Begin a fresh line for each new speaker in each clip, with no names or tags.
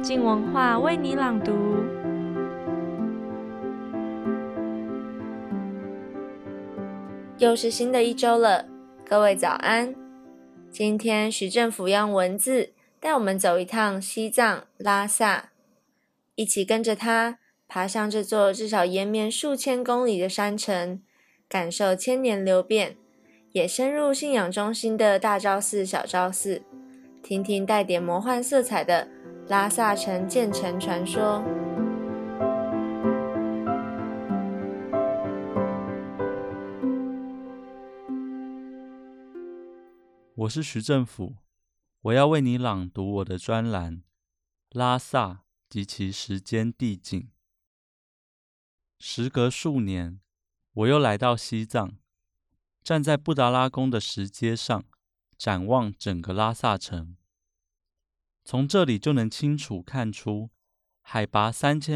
静文化为你朗读。
又是新的一周了，各位早安。今天徐政府用文字带我们走一趟西藏拉萨，一起跟着他爬上这座至少延绵数千公里的山城，感受千年流变，也深入信仰中心的大昭寺、小昭寺，听听带点魔幻色彩的拉萨城建成传说。
我是徐政府，我要为你朗读我的专栏《拉萨及其时间地景》。时隔数年，我又来到西藏，站在布达拉宫的石阶上，展望整个拉萨城。从这里就能清楚看出，海拔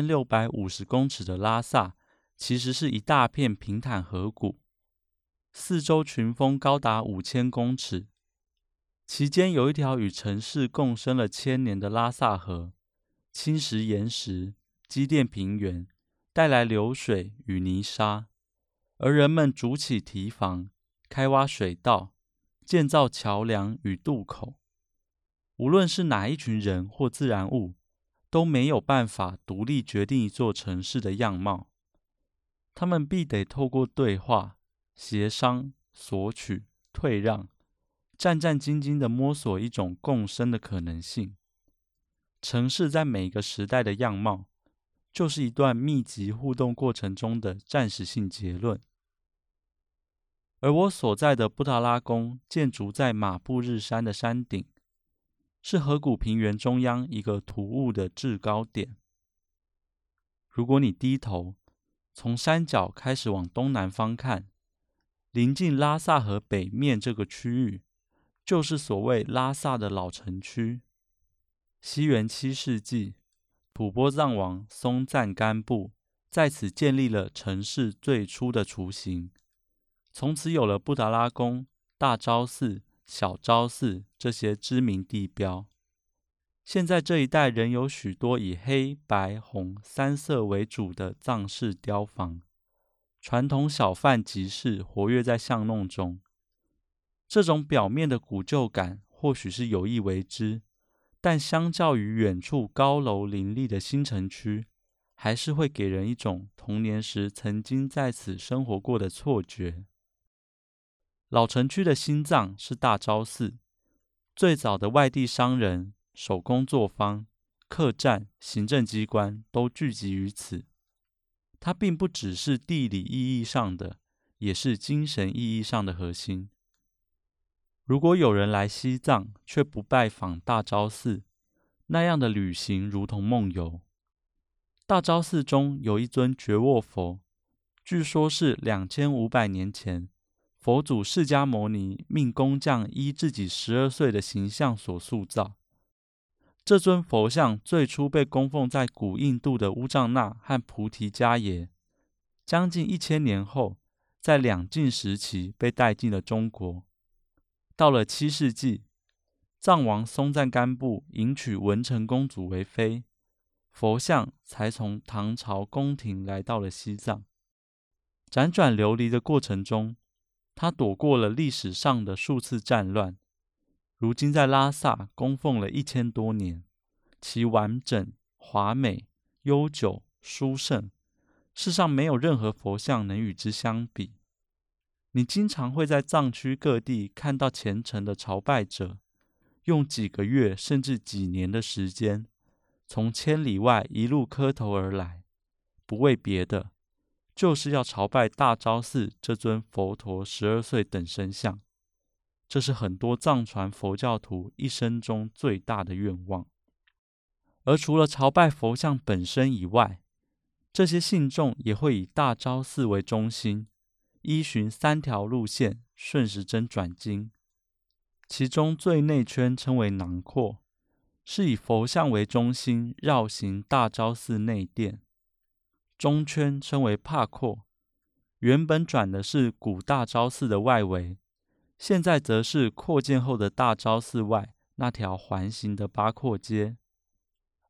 3650公尺的拉萨其实是一大片平坦河谷，四周群峰高达5000公尺。其间有一条与城市共生了1000年的拉萨河，侵蚀岩石，积淀平原，带来流水与泥沙，而人们筑起堤防，开挖水道，建造桥梁与渡口。无论是哪一群人或自然物，都没有办法独立决定一座城市的样貌，他们必得透过对话、协商、索取、退让，战战兢兢地摸索一种共生的可能性。城市在每个时代的样貌，就是一段密集互动过程中的暂时性结论。而我所在的布达拉宫建筑在马布日山的山顶，是河谷平原中央一个突兀的制高点。如果你低头，从山脚开始往东南方看，临近拉萨河北面这个区域，就是所谓拉萨的老城区。西元7世纪，吐蕃藏王松赞干布在此建立了城市最初的雏形，从此有了布达拉宫、大昭寺、小昭寺这些知名地标。现在这一带仍有许多以黑、白、红三色为主的藏式雕房，传统小贩集市活跃在巷弄中。这种表面的古旧感或许是有意为之，但相较于远处高楼林立的新城区，还是会给人一种童年时曾经在此生活过的错觉。老城区的心脏是大昭寺，最早的外地商人、手工作坊、客栈、行政机关都聚集于此。它并不只是地理意义上的，也是精神意义上的核心。如果有人来西藏却不拜访大昭寺，那样的旅行如同梦游。大昭寺中有一尊觉沃佛，据说是2500年前佛祖释迦牟尼命工匠依自己12岁的形象所塑造。这尊佛像最初被供奉在古印度的乌藏那和菩提伽耶，将近1000年后，在两晋时期被带进了中国。到了7世纪，藏王松赞干布迎娶文成公主为妃，佛像才从唐朝宫廷来到了西藏。辗转流离的过程中，他躲过了历史上的数次战乱，如今在拉萨供奉了1000多年，其完整、华美、悠久、殊胜，世上没有任何佛像能与之相比。你经常会在藏区各地看到虔诚的朝拜者，用几个月甚至几年的时间，从千里外一路磕头而来，不为别的，就是要朝拜大昭寺这尊佛陀12岁等身像。这是很多藏传佛教徒一生中最大的愿望。而除了朝拜佛像本身以外，这些信众也会以大昭寺为中心，依循3条路线顺时针转经。其中最内圈称为囊括，是以佛像为中心绕行大昭寺内殿。中圈称为帕括，原本转的是古大昭寺的外围，现在则是扩建后的大昭寺外那条环形的八廓街。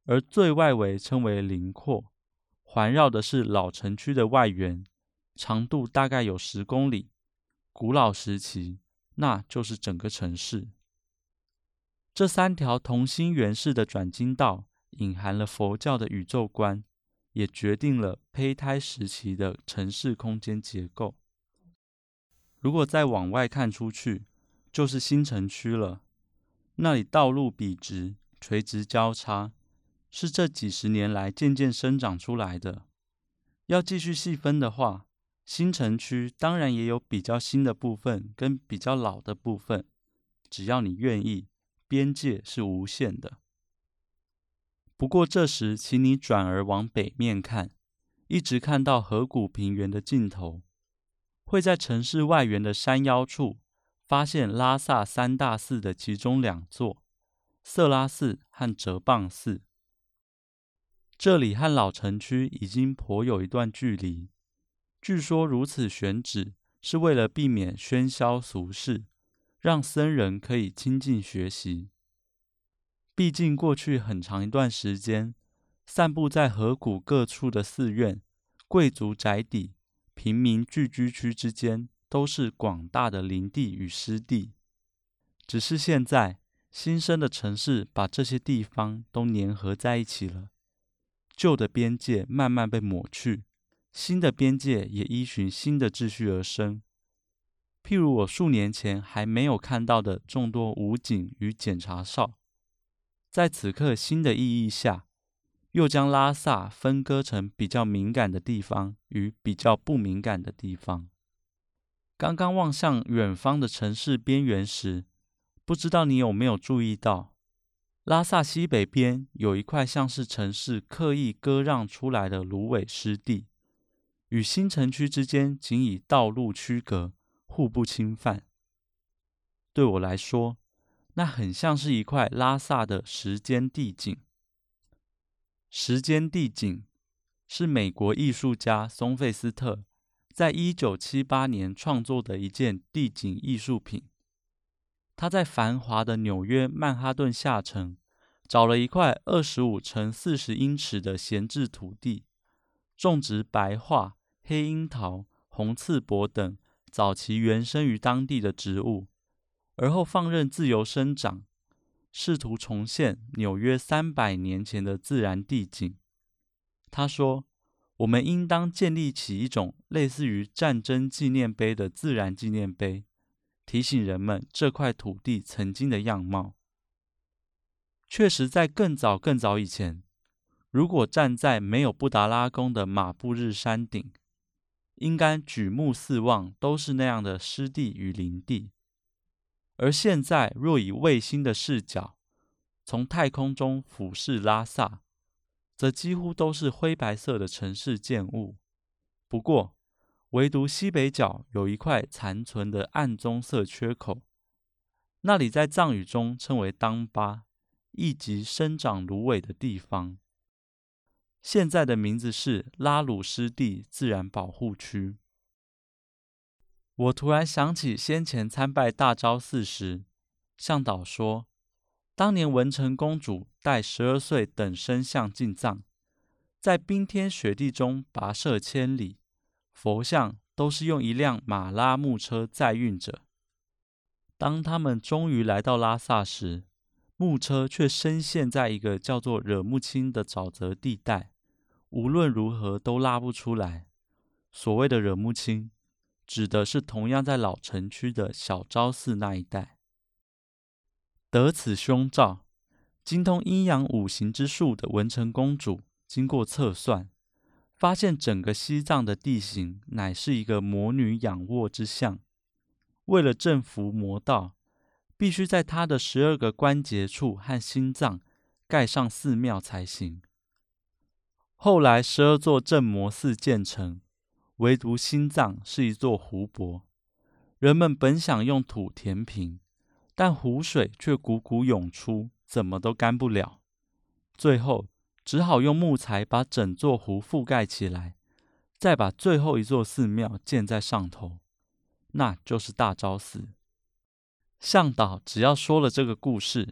而最外围称为陵廓，环绕的是老城区的外缘，长度大概有10公里。古老时期，那就是整个城市。这3条同心圆式的转经道隐含了佛教的宇宙观，也决定了胚胎时期的城市空间结构。如果再往外看出去，就是新城区了。那里道路笔直，垂直交叉，是这几十年来渐渐生长出来的。要继续细分的话，新城区当然也有比较新的部分跟比较老的部分，只要你愿意，边界是无限的。不过这时请你转而往北面看，一直看到河谷平原的尽头，会在城市外缘的山腰处发现拉萨3大寺的其中2座，色拉寺和哲蚌寺。这里和老城区已经颇有一段距离，据说如此选址是为了避免喧嚣俗事，让僧人可以亲近学习。毕竟过去很长一段时间，散布在河谷各处的寺院、贵族宅邸、平民聚居区之间都是广大的林地与湿地。只是现在新生的城市把这些地方都粘合在一起了，旧的边界慢慢被抹去，新的边界也依循新的秩序而生。譬如我数年前还没有看到的众多武警与检察哨，在此刻新的意义下，又将拉萨分割成比较敏感的地方与比较不敏感的地方。刚刚望向远方的城市边缘时，不知道你有没有注意到，拉萨西北边有一块像是城市刻意割让出来的芦苇湿地，与新城区之间仅以道路区隔，互不侵犯。对我来说，那很像是一块拉萨的时间地景。时间地景是美国艺术家松费斯特在1978年创作的一件地景艺术品。他在繁华的纽约曼哈顿下城找了一块25乘40英尺的闲置土地，种植白桦、黑樱桃、红刺柏等早期原生于当地的植物，而后放任自由生长，试图重现纽约300年前的自然地景。他说，我们应当建立起一种类似于战争纪念碑的自然纪念碑，提醒人们这块土地曾经的样貌。确实在更早以前，如果站在没有布达拉宫的马布日山顶，应该举目四望都是那样的湿地与林地。而现在若以卫星的视角从太空中俯视拉萨，则几乎都是灰白色的城市建物。不过唯独西北角有一块残存的暗棕色缺口，那里在藏语中称为当巴，意即生长芦苇的地方。现在的名字是拉鲁湿地自然保护区。我突然想起先前参拜大昭寺时，向导说，当年文成公主带12岁等身像进藏，在冰天雪地中跋涉千里，佛像都是用一辆马拉木车载运着。当他们终于来到拉萨时，木车却深陷在一个叫做惹木青的沼泽地带，无论如何都拉不出来。所谓的惹木青，指的是同样在老城区的小昭寺那一带。得此凶兆，精通阴阳五行之术的文成公主经过测算，发现整个西藏的地形乃是一个魔女仰卧之象。为了镇伏魔道，必须在她的12个关节处和心脏盖上寺庙才行。后来12座镇魔寺建成，唯独心脏是一座湖泊，人们本想用土填平，但湖水却汩汩涌出，怎么都干不了。最后只好用木材把整座湖覆盖起来，再把最后一座寺庙建在上头，那就是大昭寺。向导只要说了这个故事，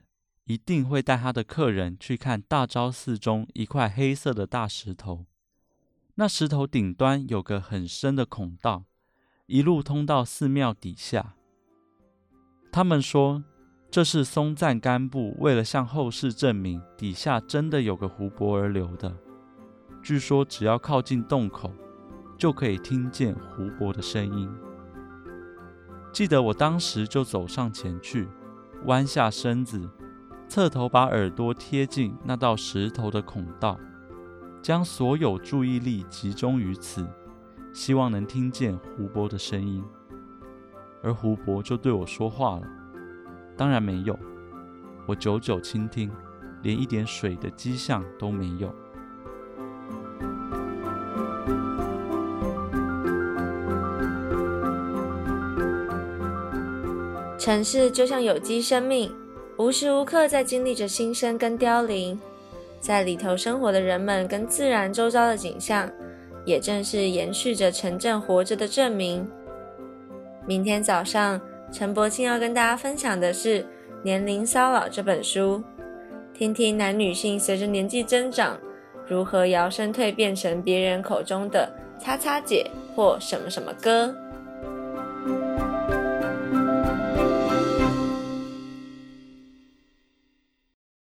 一定会带他的客人去看大昭寺中一块黑色的大石头。那石头顶端有个很深的孔道，一路通到寺庙底下。他们说，这是松赞干布为了向后世证明底下真的有个湖泊而留的。据说只要靠近洞口，就可以听见湖泊的声音。记得我当时就走上前去，弯下身子，侧头把耳朵贴近那道石头的孔道，将所有注意力集中于此，希望能听见湖泊的声音。而湖泊就对我说话了。当然没有，我久久倾听，连一点水的迹象都没有。
城市就像有机生命，无时无刻在经历着新生跟凋零。在里头生活的人们跟自然周遭的景象，也正是延续着城镇活着的证明。明天早上，陈柏青要跟大家分享的是《年龄骚扰》这本书，听听男女性随着年纪增长，如何摇身蜕变成别人口中的“擦擦姐”或什么什么哥。